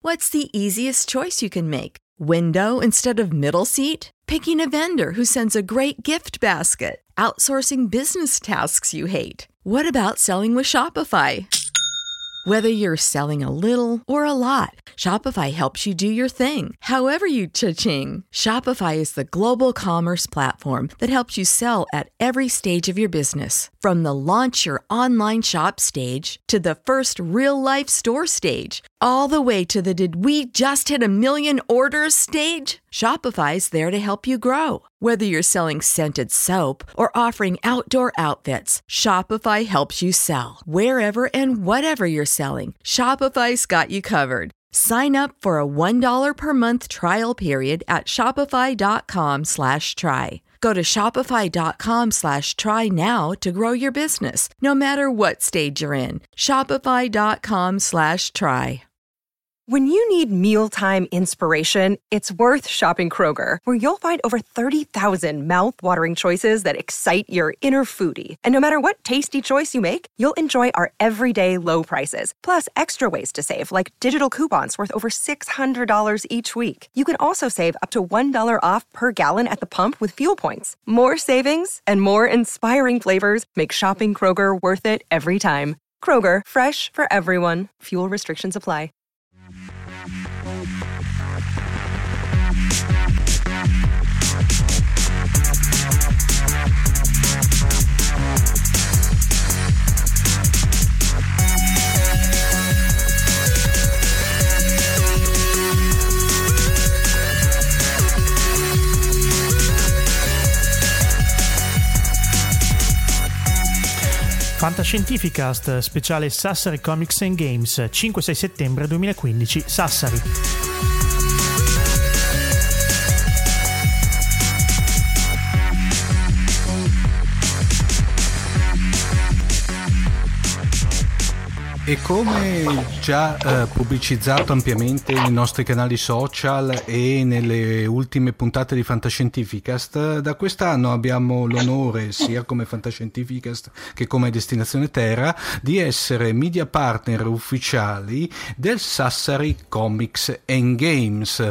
What's the easiest choice you can make? Window instead of middle seat? Picking a vendor who sends a great gift basket? Outsourcing business tasks you hate? What about selling with Shopify? Whether you're selling a little or a lot, Shopify helps you do your thing, however you cha-ching. Shopify is the global commerce platform that helps you sell at every stage of your business. From the launch your online shop stage to the first real-life store stage, all the way to the did we just hit a million orders stage. Shopify's there to help you grow. Whether you're selling scented soap or offering outdoor outfits, Shopify helps you sell. Wherever and whatever you're selling, Shopify's got you covered. Sign up for a $1 per month trial period at shopify.com/try. Go to shopify.com/try now to grow your business, no matter what stage you're in. Shopify.com/try. When you need mealtime inspiration, it's worth shopping Kroger, where you'll find over 30,000 mouth-watering choices that excite your inner foodie. And no matter what tasty choice you make, you'll enjoy our everyday low prices, plus extra ways to save, like digital coupons worth over $600 each week. You can also save up to $1 off per gallon at the pump with fuel points. More savings and more inspiring flavors make shopping Kroger worth it every time. Kroger, fresh for everyone. Fuel restrictions apply. Fantascientificast, speciale Sassari Comics and Games, 5-6 settembre 2015, Sassari. E come già pubblicizzato ampiamente nei nostri canali social e nelle ultime puntate di Fantascientificast, da quest'anno abbiamo l'onore, sia come Fantascientificast che come Destinazione Terra, di essere media partner ufficiali del Sassari Comics and Games.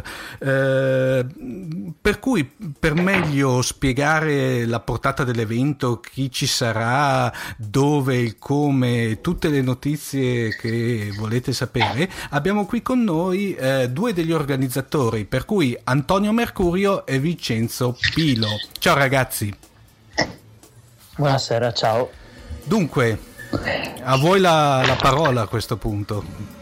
Per cui, per meglio spiegare la portata dell'evento, chi ci sarà, dove, il come, tutte le notizie che volete sapere, abbiamo qui con noi due degli organizzatori, per cui Antonio Mercurio e Vincenzo Pilo. Ciao ragazzi. Buonasera, ciao. Dunque, a voi la parola a questo punto.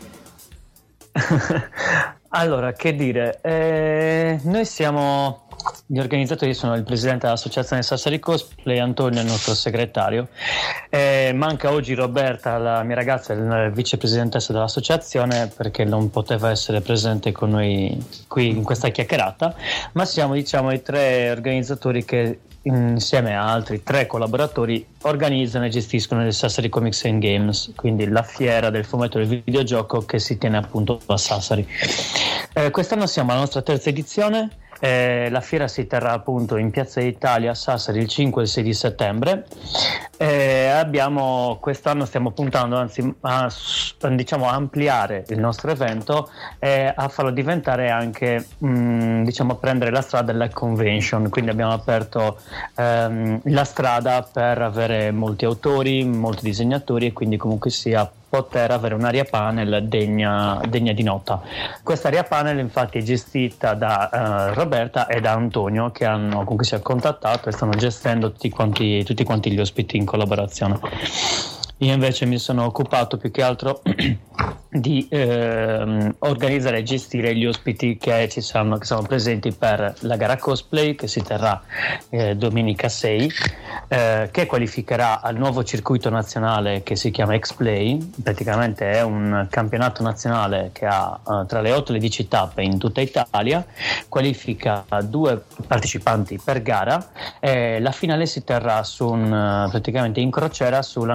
Allora, che dire, noi siamo gli organizzatori, sono il presidente dell'associazione Sassari Cosplay, Antonio è il nostro segretario, manca oggi Roberta, la mia ragazza, il vicepresidentessa dell'associazione, perché non poteva essere presente con noi qui in questa chiacchierata, ma siamo, diciamo, i tre organizzatori che insieme a altri tre collaboratori organizzano e gestiscono il Sassari Comics and Games, quindi la fiera del fumetto del videogioco che si tiene appunto a Sassari. Quest'anno siamo alla nostra terza edizione. La fiera si terrà appunto in Piazza Italia a Sassari il 5 e il 6 di settembre. Quest'anno stiamo puntando anzi a diciamo ampliare il nostro evento e a farlo diventare anche diciamo prendere la strada della convention, quindi abbiamo aperto la strada per avere molti autori, molti disegnatori e quindi comunque sia poter avere un'area panel degna di nota. Questa area panel infatti è gestita da Roberta e da Antonio, che hanno comunque sia contattato e stanno gestendo tutti quanti gli ospiti in collaborazione. Io invece mi sono occupato più che altro di organizzare e gestire gli ospiti che sono presenti per la gara cosplay che si terrà domenica 6, che qualificherà al nuovo circuito nazionale che si chiama X-Play. Praticamente è un campionato nazionale che ha tra le 8 e le 10 tappe in tutta Italia, qualifica 2 partecipanti per gara e la finale si terrà praticamente in crociera sulla nave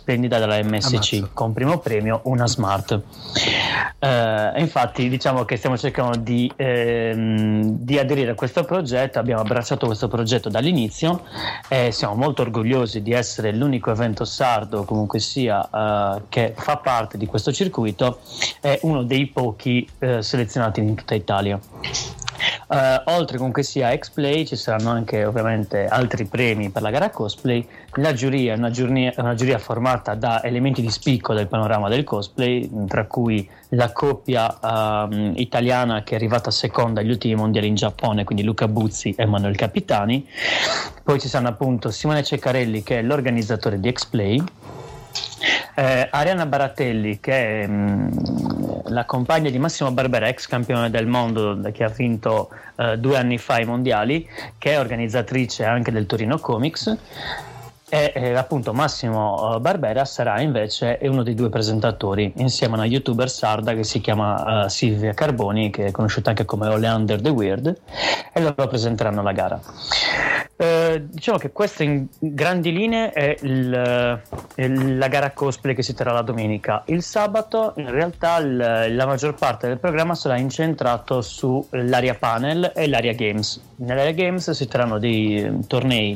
splendida dalla MSC, con primo premio una Smart. Infatti diciamo che stiamo cercando di aderire a questo progetto, abbiamo abbracciato questo progetto dall'inizio e siamo molto orgogliosi di essere l'unico evento sardo, comunque sia, che fa parte di questo circuito, è uno dei pochi selezionati in tutta Italia. Oltre comunque sia a X-Play ci saranno anche ovviamente altri premi per la gara cosplay. La giuria è una giuria formata da elementi di spicco del panorama del cosplay, tra cui la coppia italiana che è arrivata seconda agli ultimi mondiali in Giappone, quindi Luca Buzzi e Manuel Capitani. Poi ci saranno appunto Simone Ceccarelli, che è l'organizzatore di X-Play, Arianna Baratelli, che è la compagna di Massimo Barbera, ex campione del mondo che ha vinto 2 anni fa i mondiali, che è organizzatrice anche del Torino Comics, e appunto Massimo Barbera sarà invece uno dei 2 presentatori insieme a una youtuber sarda che si chiama Silvia Carboni, che è conosciuta anche come Oleander the Weird, e loro presenteranno la gara. Diciamo che questa in grandi linee è la gara cosplay che si terrà la domenica. Il sabato in realtà la maggior parte del programma sarà incentrato sull'area panel e l'area games. Nell'area games si terranno dei tornei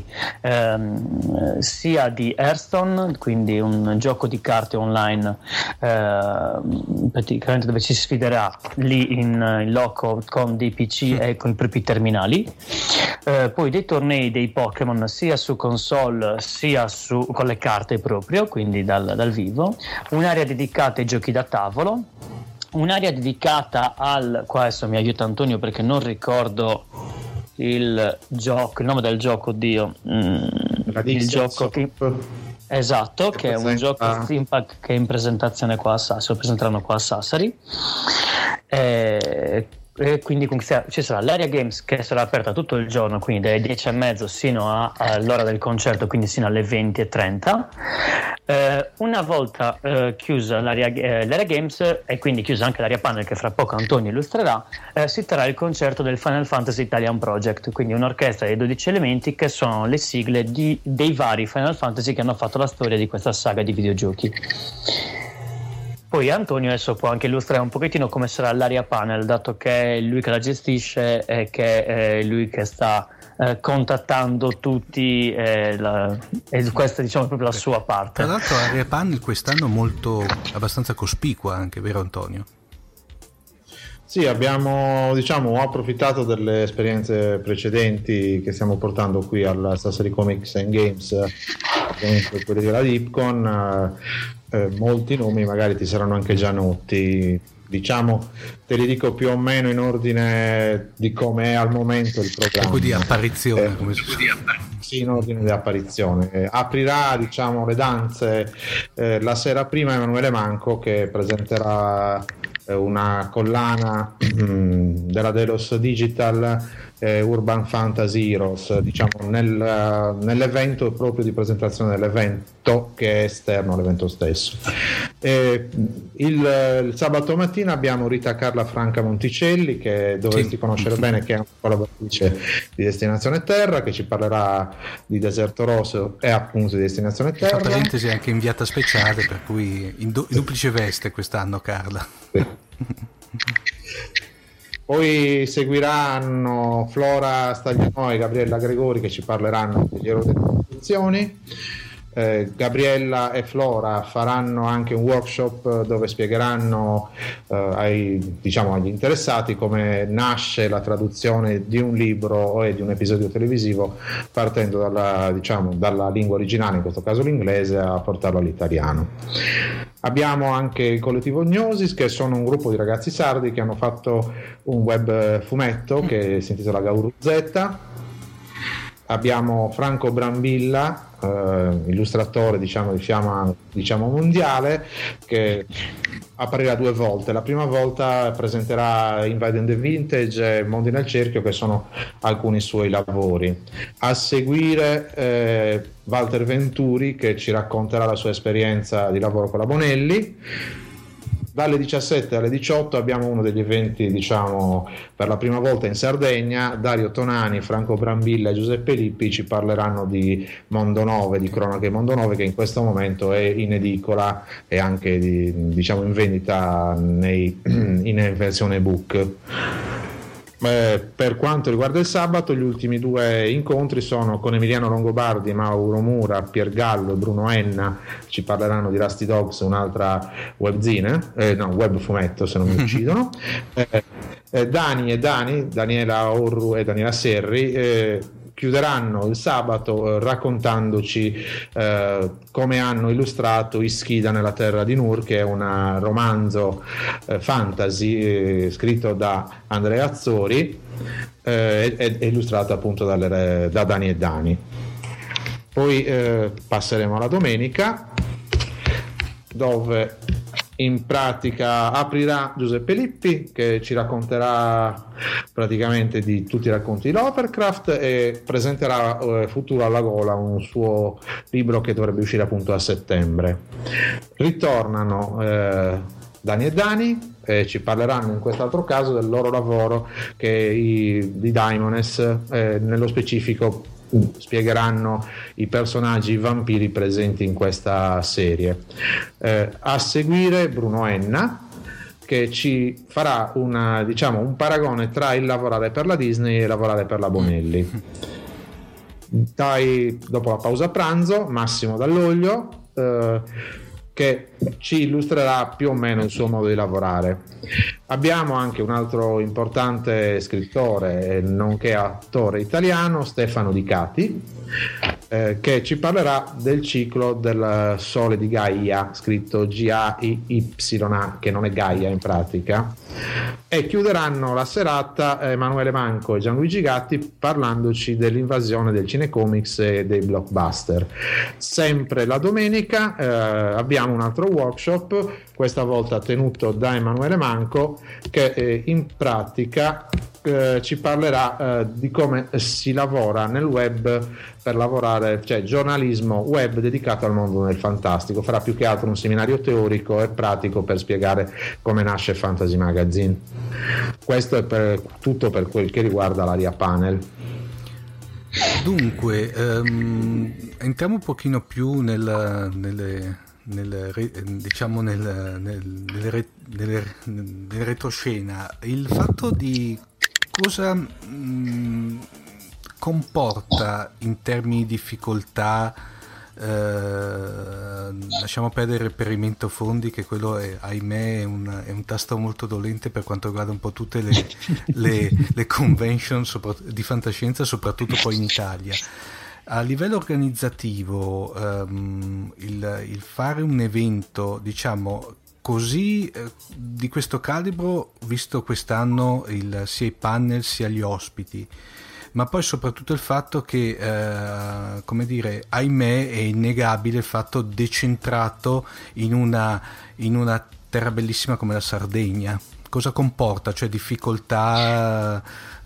sia di Hearthstone, quindi un gioco di carte online praticamente dove ci sfiderà lì in loco con dei PC e con i propri terminali, poi dei tornei dei Pokémon sia su console sia con le carte proprio, quindi dal vivo, un'area dedicata ai giochi da tavolo, un'area dedicata qua adesso mi aiuta Antonio perché non ricordo il nome del gioco, il gioco esatto, che è un gioco Impact che è in presentazione qua a Sassari, lo presenteranno qua a Sassari, e quindi ci sarà l'area games che sarà aperta tutto il giorno, quindi dalle 10:30 sino all'ora del concerto, quindi sino alle 20:30. Una volta chiusa l'area games e quindi chiusa anche l'area panel che fra poco Antonio illustrerà, si terrà il concerto del Final Fantasy Italian Project, quindi un'orchestra dei 12 elementi che sono le sigle dei vari Final Fantasy che hanno fatto la storia di questa saga di videogiochi. Poi Antonio adesso può anche illustrare un pochettino come sarà l'area panel, dato che è lui che la gestisce e che è lui che sta contattando tutti, e questa diciamo proprio la sua parte. Tra l'altro l'area panel quest'anno abbastanza cospicua anche, vero Antonio? Sì, abbiamo ho approfittato delle esperienze precedenti che stiamo portando qui al Sassari Comics and Games, quelli della Lipcon. Molti nomi magari ti saranno anche già noti, te li dico più o meno in ordine di come è al momento il programma. Di apparizione, sì, in ordine di apparizione. Aprirà le danze la sera prima Emanuele Manco, che presenterà una collana della Delos Digital, Urban Fantasy Heroes, nell'evento proprio di presentazione dell'evento, che è esterno all'evento stesso. Il sabato mattina abbiamo Rita Carla Franca Monticelli, che dovresti conoscere bene, che è una collaboratrice di Destinazione Terra, che ci parlerà di Deserto Rosso e appunto di Destinazione Terra. Tra parentesi anche inviata speciale, per cui in duplice veste quest'anno Carla. Poi seguiranno Flora Stagliano e Gabriella Gregori, che ci parleranno degli eroi delle competizioni. Gabriella e Flora faranno anche un workshop dove spiegheranno agli interessati come nasce la traduzione di un libro o di un episodio televisivo, partendo dalla lingua originale, in questo caso l'inglese, a portarlo all'italiano. Abbiamo anche il collettivo Gnosis, che sono un gruppo di ragazzi sardi che hanno fatto un web fumetto che si intitola Gauru Z. Abbiamo Franco Brambilla, illustratore di fiamma mondiale, che apparirà 2 volte. La prima volta presenterà Invading the Vintage e Mondi nel Cerchio, che sono alcuni suoi lavori. A seguire Walter Venturi, che ci racconterà la sua esperienza di lavoro con la Bonelli. dalle 17 alle 18 abbiamo uno degli eventi, diciamo, per la prima volta in Sardegna. Dario Tonani, Franco Brambilla e Giuseppe Lippi ci parleranno di Mondo 9, di Cronache Mondo 9, che in questo momento è in edicola e anche diciamo in vendita in versione book. Per quanto riguarda il sabato, gli ultimi 2 incontri sono con Emiliano Longobardi, Mauro Mura, Piergallo e Bruno Enna. Ci parleranno di Rusty Dogs, un'altra webzine, web fumetto se non mi uccidono. Daniela Orru e Daniela Serri chiuderanno il sabato raccontandoci come hanno illustrato Ischida nella terra di Nur, che è un romanzo fantasy scritto da Andrea Azzori e illustrato appunto da Dani e Dani. Poi passeremo alla domenica, dove in pratica aprirà Giuseppe Lippi, che ci racconterà praticamente di tutti i racconti di Lovecraft e presenterà Futuro alla gola, un suo libro che dovrebbe uscire appunto a settembre. Ritornano Dani e Dani e ci parleranno in quest'altro caso del loro lavoro, che di Daimones, nello specifico spiegheranno i personaggi vampiri presenti in questa serie. A seguire Bruno Enna, che ci farà un paragone tra il lavorare per la Disney e lavorare per la Bonelli. Dopo la pausa pranzo, Massimo Dall'Oglio, che ci illustrerà più o meno il suo modo di lavorare. Abbiamo anche un altro importante scrittore nonché attore italiano, Stefano Di Cati, che ci parlerà del ciclo del Sole di Gaia, scritto G-A-I-Y-A, che non è Gaia in pratica. E chiuderanno la serata Emanuele Manco e Gianluigi Gatti parlandoci dell'invasione del cinecomics e dei blockbuster. Sempre la domenica abbiamo un altro workshop, questa volta tenuto da Emanuele Manco, che in pratica ci parlerà di come si lavora nel web per lavorare, cioè giornalismo web dedicato al mondo del fantastico. Farà più che altro un seminario teorico e pratico per spiegare come nasce Fantasy Magazine. Questo è tutto per quel che riguarda l'area panel. Dunque entriamo un pochino più nelle retroscena. Il fatto di cosa comporta in termini di difficoltà, lasciamo perdere il reperimento fondi, che quello è, ahimè, è un tasto molto dolente per quanto riguarda un po' tutte le convention di fantascienza, soprattutto poi in Italia. A livello organizzativo, il fare un evento, diciamo così, di questo calibro, visto quest'anno sia i panel sia gli ospiti, ma poi soprattutto il fatto che, come dire, ahimè, è innegabile il fatto decentrato in una terra bellissima come la Sardegna. Cosa comporta? Cioè difficoltà,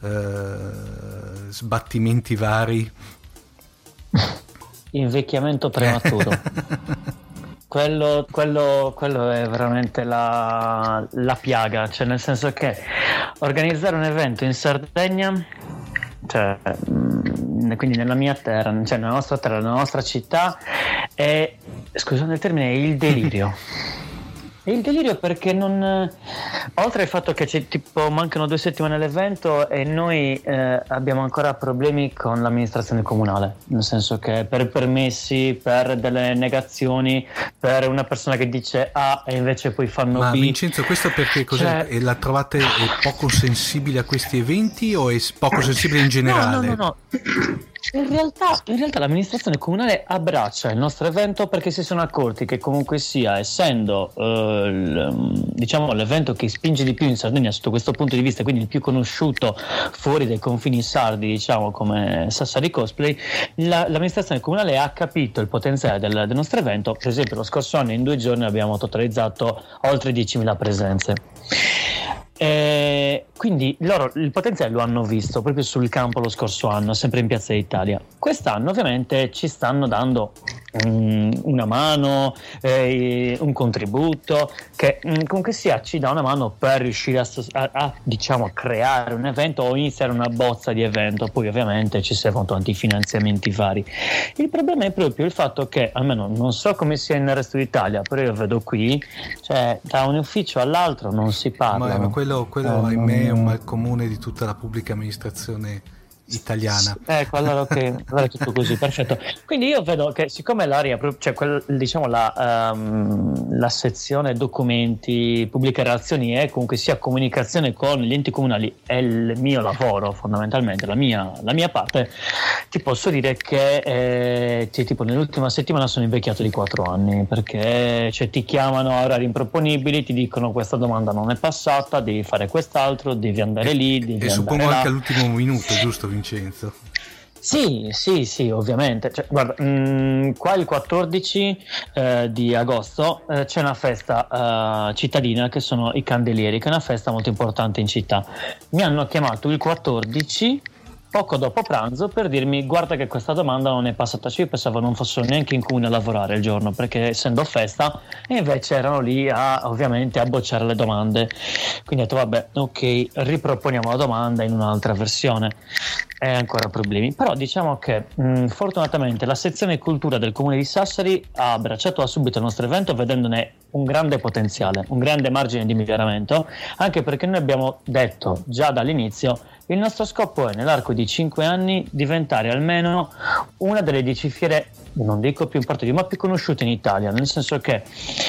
sbattimenti vari? Invecchiamento prematuro. Quello è veramente la piaga, cioè nel senso che organizzare un evento in Sardegna, cioè quindi nella mia terra, cioè nella nostra terra, nella nostra città, è, scusate il termine, è il delirio. È il delirio perché oltre al fatto che mancano 2 settimane all'evento e noi abbiamo ancora problemi con l'amministrazione comunale, nel senso che per permessi, per delle negazioni, per una persona che dice A e invece poi fanno B. Ma Vincenzo, questo perché la trovate poco sensibile a questi eventi o è poco sensibile in generale? No. In realtà l'amministrazione comunale abbraccia il nostro evento perché si sono accorti che comunque sia, essendo diciamo l'evento che spinge di più in Sardegna sotto questo punto di vista, quindi il più conosciuto fuori dai confini sardi, diciamo come Sassari Cosplay, l'amministrazione comunale ha capito il potenziale del nostro evento. Per esempio lo scorso anno in 2 giorni abbiamo totalizzato oltre 10.000 presenze. quindi loro il potenziale lo hanno visto proprio sul campo lo scorso anno, sempre in Piazza d'Italia. Quest'anno ovviamente ci stanno dando una mano, un contributo che comunque sia ci dà una mano per riuscire a creare un evento o iniziare una bozza di evento. Poi ovviamente ci servono tanti finanziamenti vari. Il problema è proprio il fatto che, almeno non so come sia nel resto d'Italia, però io vedo qui, cioè da un ufficio all'altro non si parla. Ma quello ahimè è un mal comune di tutta la pubblica amministrazione italiana. Ecco, allora ok, allora è tutto così, perfetto. Quindi io vedo che siccome l'area, cioè la sezione documenti, pubbliche relazioni e comunque sia comunicazione con gli enti comunali è il mio lavoro, fondamentalmente la mia parte, ti posso dire che tipo nell'ultima settimana sono invecchiato di 4 anni, perché ti chiamano a orari improponibili, ti dicono questa domanda non è passata, devi fare quest'altro, devi andare lì, devi andare suppongo là. Anche all'ultimo minuto, giusto Vincenzo? Sì, ovviamente. Cioè, guarda, qua il 14 di agosto c'è una festa cittadina che sono i Candelieri, che è una festa molto importante in città. Mi hanno chiamato il 14 poco dopo pranzo per dirmi guarda che questa domanda non è passata. Io pensavo non fossero neanche in comune a lavorare il giorno, perché essendo festa, e invece erano lì ovviamente a bocciare le domande. Quindi ho detto vabbè, ok, riproponiamo la domanda in un'altra versione. E ancora problemi, però diciamo che fortunatamente la sezione cultura del comune di Sassari ha abbracciato subito il nostro evento, vedendone un grande potenziale, un grande margine di miglioramento, anche perché noi abbiamo detto già dall'inizio il nostro scopo è nell'arco di 5 anni diventare almeno una delle 10 fiere, non dico più importanti, ma più conosciute in Italia, nel senso che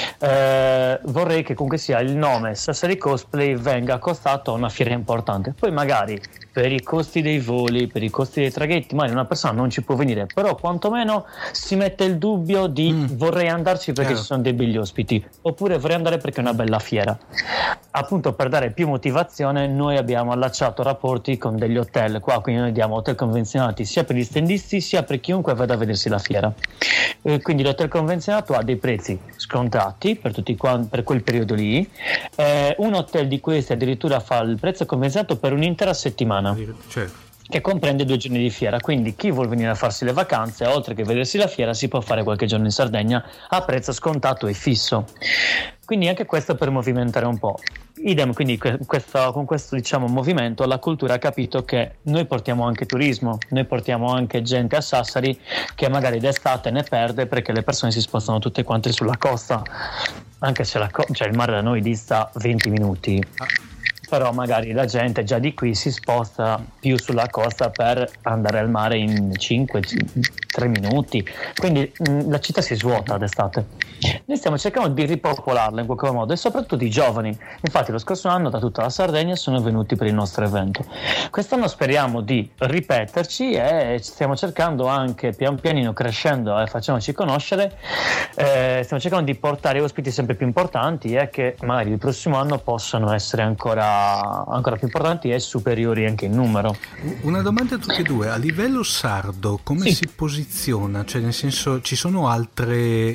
vorrei che comunque sia il nome Sassari Cosplay venga accostato a una fiera importante. Poi magari per i costi dei voli, per i costi dei traghetti, magari una persona non ci può venire, però quantomeno si mette il dubbio di vorrei andarci perché ci sono dei begli ospiti, oppure vorrei andare perché è una bella fiera. Appunto, per dare più motivazione noi abbiamo allacciato rapporti con degli hotel qua, quindi noi diamo hotel convenzionati sia per gli standisti sia per chiunque vada a vedersi la fiera. Quindi l'hotel convenzionato ha dei prezzi scontati per tutti per quel periodo lì. Un hotel di questi addirittura fa il prezzo convenzionato per un'intera settimana, certo, che comprende 2 giorni di fiera. Quindi chi vuol venire a farsi le vacanze, oltre che vedersi la fiera, si può fare qualche giorno in Sardegna a prezzo scontato e fisso. Quindi anche questo per movimentare un po'. Idem, quindi con questo diciamo movimento la cultura ha capito che noi portiamo anche turismo, noi portiamo anche gente a Sassari che magari d'estate ne perde perché le persone si spostano tutte quante sulla costa, anche se cioè il mare da noi dista 20 minuti. Però magari la gente già di qui si sposta più sulla costa per andare al mare in 5-3 minuti, quindi la città si svuota d'estate. Noi stiamo cercando di ripopolarla in qualche modo, e soprattutto i giovani. Infatti lo scorso anno da tutta la Sardegna sono venuti per il nostro evento. Quest'anno speriamo di ripeterci e stiamo cercando anche pian pianino, crescendo e facendoci conoscere, stiamo cercando di portare ospiti sempre più importanti e che magari il prossimo anno possano essere ancora più importanti e superiori anche in numero. Una domanda a tutti e due: a livello sardo come si posiziona? Cioè, nel senso, ci sono altre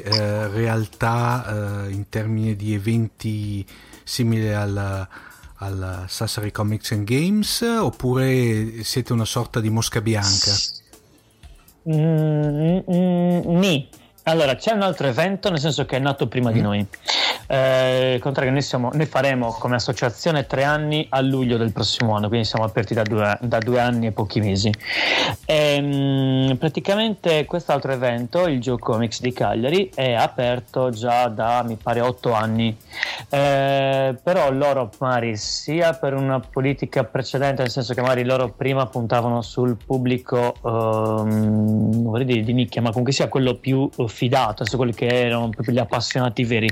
realtà in termini di eventi simili al Sassari Comics and Games, oppure siete una sorta di mosca bianca? Nì. Allora, c'è un altro evento, nel senso che è nato prima di noi. Al contrario, noi faremo come associazione 3 anni a luglio del prossimo anno, quindi siamo aperti da 2 anni e pochi mesi. Praticamente quest'altro evento, il Joe Comics di Cagliari, è aperto già da mi pare 8 anni, però loro magari sia per una politica precedente, nel senso che magari loro prima puntavano sul pubblico non vorrei dire di nicchia, ma comunque sia quello più fidato, quelli che erano proprio gli appassionati veri,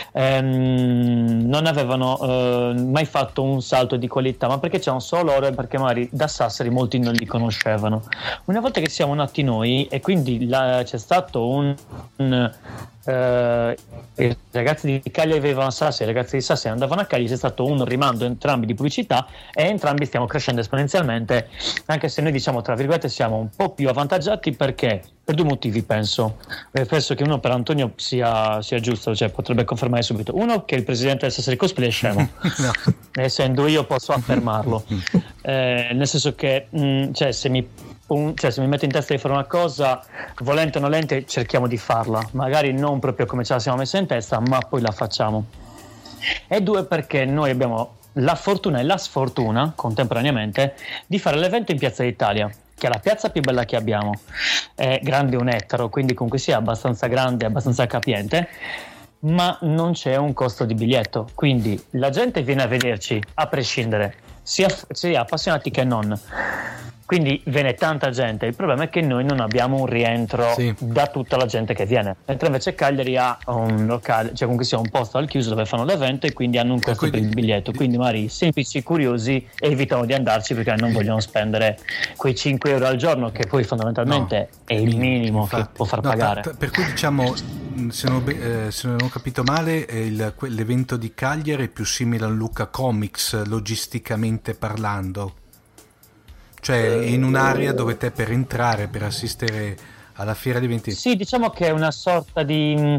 non avevano mai fatto un salto di qualità, ma perché c'erano solo loro e perché magari da Sassari molti non li conoscevano. Una volta che siamo nati noi e quindi c'è stato un i ragazzi di Cagliari avevano Sassari, i ragazzi di Sassari andavano a Cagliari, c'è stato un rimando entrambi di pubblicità e entrambi stiamo crescendo esponenzialmente, anche se noi diciamo tra virgolette siamo un po' più avvantaggiati, perché per due motivi penso che uno per Antonio sia giusto, cioè potrebbe confermare subito. Uno, che il presidente del Sassari Cosplay è scemo. No. Essendo io posso affermarlo, nel senso che se mi metto in testa di fare una cosa, volente o nolente cerchiamo di farla, magari non proprio come ce la siamo messa in testa, ma poi la facciamo. E due, perché noi abbiamo la fortuna e la sfortuna contemporaneamente di fare l'evento in Piazza d'Italia, che è la piazza più bella che abbiamo, è grande un ettaro, quindi comunque sia abbastanza grande, abbastanza capiente, ma non c'è un costo di biglietto, quindi la gente viene a vederci a prescindere, sia appassionati che non. Quindi viene tanta gente, il problema è che noi non abbiamo un rientro da tutta la gente che viene, mentre invece Cagliari ha un locale, cioè comunque sia un posto al chiuso dove fanno l'evento e quindi hanno un costo per il biglietto, quindi magari i semplici curiosi evitano di andarci perché non vogliono spendere quei 5 euro al giorno, che poi fondamentalmente è il minimo che può far pagare. Per cui diciamo, se non ho capito male, l'evento di Cagliari è più simile al Lucca Comics logisticamente parlando. Cioè in un'area dove te per entrare, per assistere alla fiera di eventi... Sì, diciamo che è una sorta di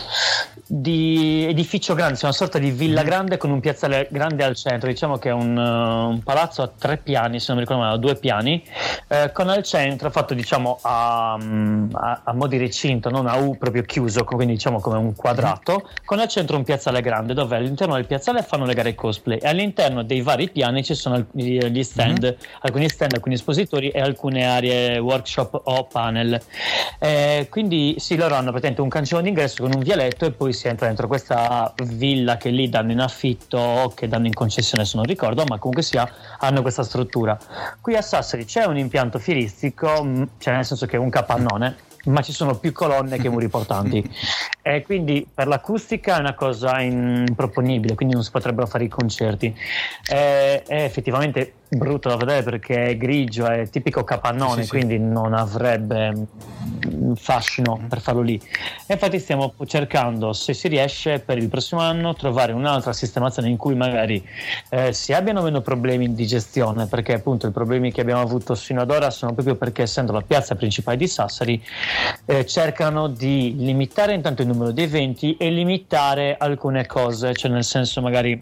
edificio grande, cioè una sorta di villa grande con un piazzale grande al centro. Diciamo che è un palazzo a 3 piani, se non mi ricordo male, a 2 piani, con al centro fatto diciamo a mo' di recinto, non a U, proprio chiuso, quindi diciamo come un quadrato, con al centro un piazzale grande dove all'interno del piazzale fanno le gare cosplay e all'interno dei vari piani ci sono gli stand, alcuni stand, alcuni espositori e alcune aree workshop o panel. Quindi sì, loro hanno praticamente un cancello d'ingresso con un vialetto e poi si entra dentro questa villa che lì danno in affitto o che danno in concessione, se non ricordo, ma comunque sia hanno questa struttura. Qui a Sassari c'è un impianto fieristico, cioè nel senso che è un capannone, ma ci sono più colonne che muri portanti e quindi per l'acustica è una cosa improponibile, quindi non si potrebbero fare i concerti. È effettivamente brutto da vedere perché è grigio, è tipico capannone, quindi non avrebbe fascino per farlo lì. E infatti stiamo cercando, se si riesce, per il prossimo anno trovare un'altra sistemazione in cui magari si abbiano meno problemi di gestione, perché appunto i problemi che abbiamo avuto sino ad ora sono proprio perché, essendo la piazza principale di Sassari, cercano di limitare intanto il numero di eventi e limitare alcune cose, cioè nel senso magari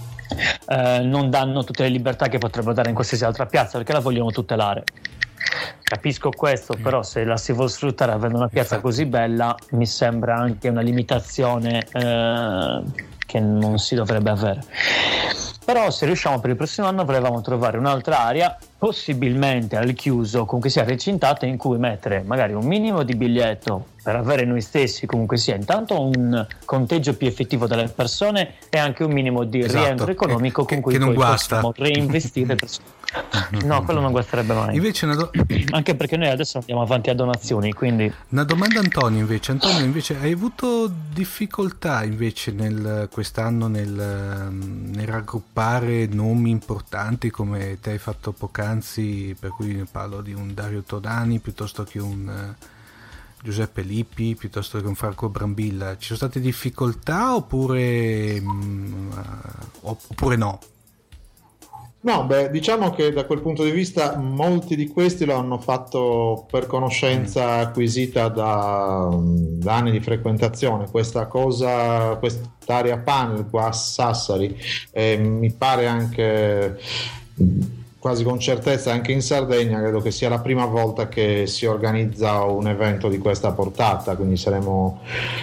non danno tutte le libertà che potrebbero dare in qualsiasi altra piazza perché la vogliono tutelare. Capisco questo, però se la si vuol sfruttare avendo una piazza così bella mi sembra anche una limitazione che non si dovrebbe avere. Però se riusciamo per il prossimo anno volevamo trovare un'altra area, possibilmente al chiuso, comunque sia recintata, in cui mettere magari un minimo di biglietto per avere noi stessi comunque sia intanto un conteggio più effettivo delle persone e anche un minimo di rientro economico con cui poi possiamo reinvestire. No, quello non guasterebbe mai. Invece anche perché noi adesso andiamo avanti a donazioni, quindi. Una domanda Antonio invece, hai avuto difficoltà invece quest'anno nel raggruppare nomi importanti come te hai fatto poc'anzi, per cui parlo di un Dario Todani piuttosto che un Giuseppe Lippi, piuttosto che un Franco Brambilla? Ci sono state difficoltà oppure no? No, diciamo che da quel punto di vista molti di questi lo hanno fatto per conoscenza acquisita da anni di frequentazione. Quest'area panel qua a Sassari, mi pare anche quasi con certezza anche in Sardegna, credo che sia la prima volta che si organizza un evento di questa portata, quindi saremo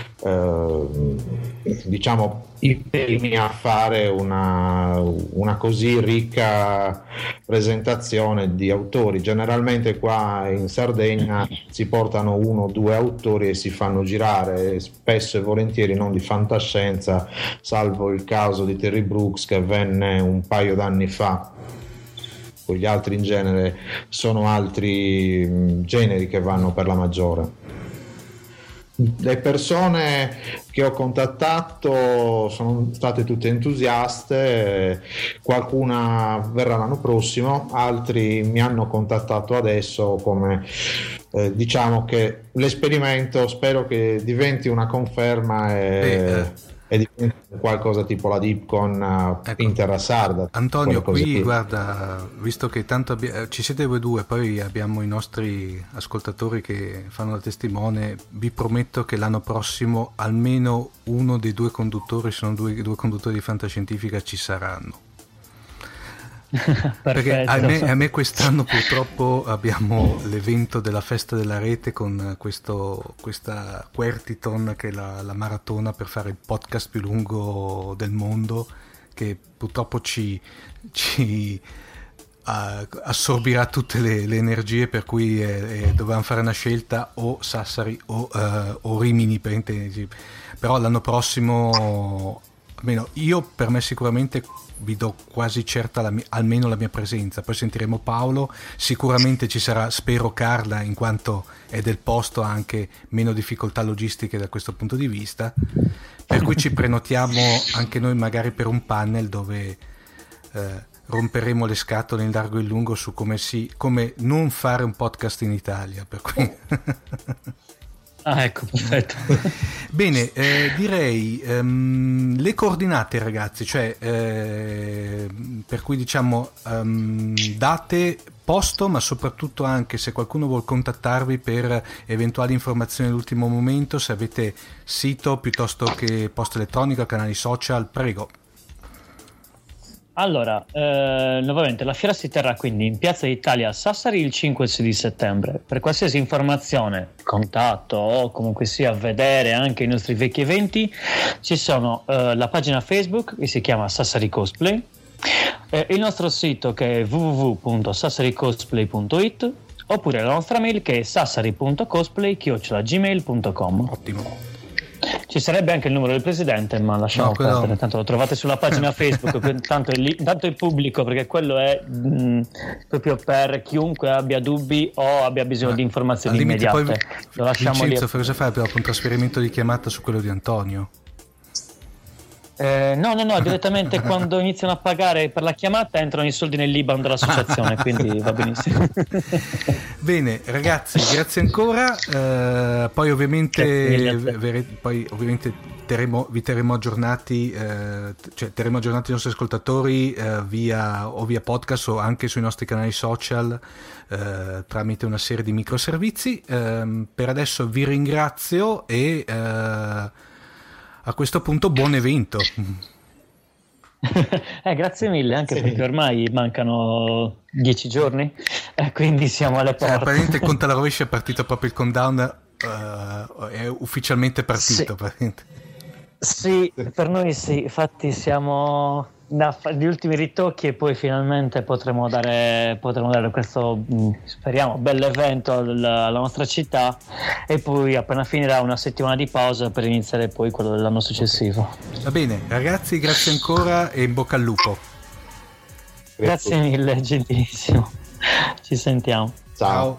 diciamo i primi a fare una così ricca presentazione di autori. Generalmente qua in Sardegna si portano 1 o 2 autori e si fanno girare, spesso e volentieri non di fantascienza, salvo il caso di Terry Brooks che venne un paio d'anni fa. Poi gli altri in genere sono altri generi che vanno per la maggiore. Le persone che ho contattato sono state tutte entusiaste, qualcuna verrà l'anno prossimo, altri mi hanno contattato adesso, come diciamo che l'esperimento spero che diventi una conferma e diventi qualcosa tipo la Dipcon in terra sarda. Antonio, qui guarda, visto che tanto ci siete voi due, poi abbiamo i nostri ascoltatori che fanno da testimone, vi prometto che l'anno prossimo almeno uno dei due conduttori, sono due conduttori di Fantascientifica, ci saranno. Perché a me quest'anno purtroppo abbiamo l'evento della festa della rete con questa Quertiton, che è la maratona per fare il podcast più lungo del mondo, che purtroppo ci assorbirà tutte le energie, per cui dovevamo fare una scelta, o Sassari o Rimini, per intenderci. Però l'anno prossimo, almeno io, per me sicuramente vi do quasi certa almeno la mia presenza. Poi sentiremo Paolo, sicuramente ci sarà, spero, Carla, in quanto è del posto, anche meno difficoltà logistiche da questo punto di vista, per cui ci prenotiamo anche noi magari per un panel dove romperemo le scatole in largo e in lungo su come non fare un podcast in Italia, per cui ecco, perfetto. Bene, direi le coordinate, ragazzi, cioè per cui diciamo date, posto, ma soprattutto anche se qualcuno vuol contattarvi per eventuali informazioni all'ultimo momento, se avete sito piuttosto che posta elettronica, canali social, prego. Allora, nuovamente la fiera si terrà quindi in Piazza d'Italia a Sassari il 5 e 6 di settembre. Per qualsiasi informazione, contatto o comunque sia vedere anche i nostri vecchi eventi, ci sono la pagina Facebook che si chiama Sassari Cosplay, il nostro sito che è www.sassaricosplay.it, oppure la nostra mail che è sassari.cosplay@gmail.com. Ottimo. Ci sarebbe anche il numero del presidente, ma lasciamo perdere, tanto lo trovate sulla pagina Facebook, tanto è pubblico, perché quello è proprio per chiunque abbia dubbi o abbia bisogno di informazioni immediate. Poi, lo lasciamo Vincenzo, lì. cosa fai dopo un trasferimento di chiamata su quello di Antonio? No, direttamente quando iniziano a pagare per la chiamata entrano i soldi nell'IBAN dell'associazione, quindi va benissimo. Bene, ragazzi, grazie ancora. Poi ovviamente vi terremo aggiornati, terremo aggiornati i nostri ascoltatori via podcast o anche sui nostri canali social tramite una serie di microservizi. Per adesso vi ringrazio e a questo punto buon evento. Grazie mille, anche perché ormai mancano 10 giorni, quindi siamo alle porte. Praticamente il conto alla rovescia è partito proprio il countdown, è ufficialmente partito. Sì, per noi sì, infatti siamo gli ultimi ritocchi e poi finalmente potremo dare questo, speriamo, bell'evento alla nostra città, e poi appena finirà una settimana di pausa per iniziare poi quello dell'anno successivo. Va bene, ragazzi, grazie ancora e in bocca al lupo. Grazie mille, gentilissimo. Ci sentiamo. Ciao.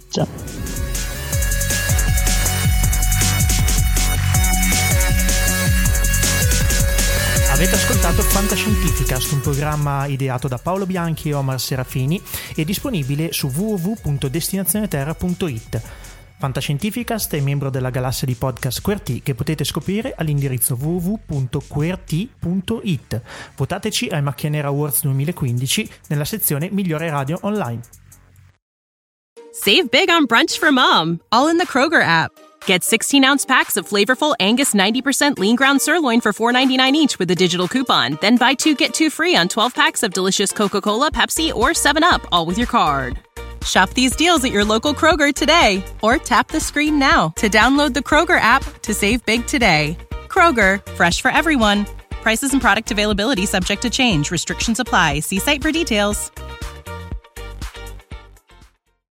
Avete ascoltato Fantascientificast, un programma ideato da Paolo Bianchi e Omar Serafini e disponibile su www.destinazioneterra.it. Fantascientificast è membro della galassia di podcast QWERTY, che potete scoprire all'indirizzo www.qwerty.it. Votateci ai Macchia Nera Awards 2015 nella sezione Migliore Radio Online. Save big on brunch for mom, all in the Kroger app. Get 16-ounce packs of flavorful Angus 90% lean ground sirloin for $4.99 each with a digital coupon. Then buy 2, get 2 free on 12 packs of delicious Coca-Cola, Pepsi, or 7-Up, all with your card. Shop these deals at your local Kroger today, or tap the screen now to download the Kroger app to save big today. Kroger, fresh for everyone. Prices and product availability subject to change. Restrictions apply. See site for details.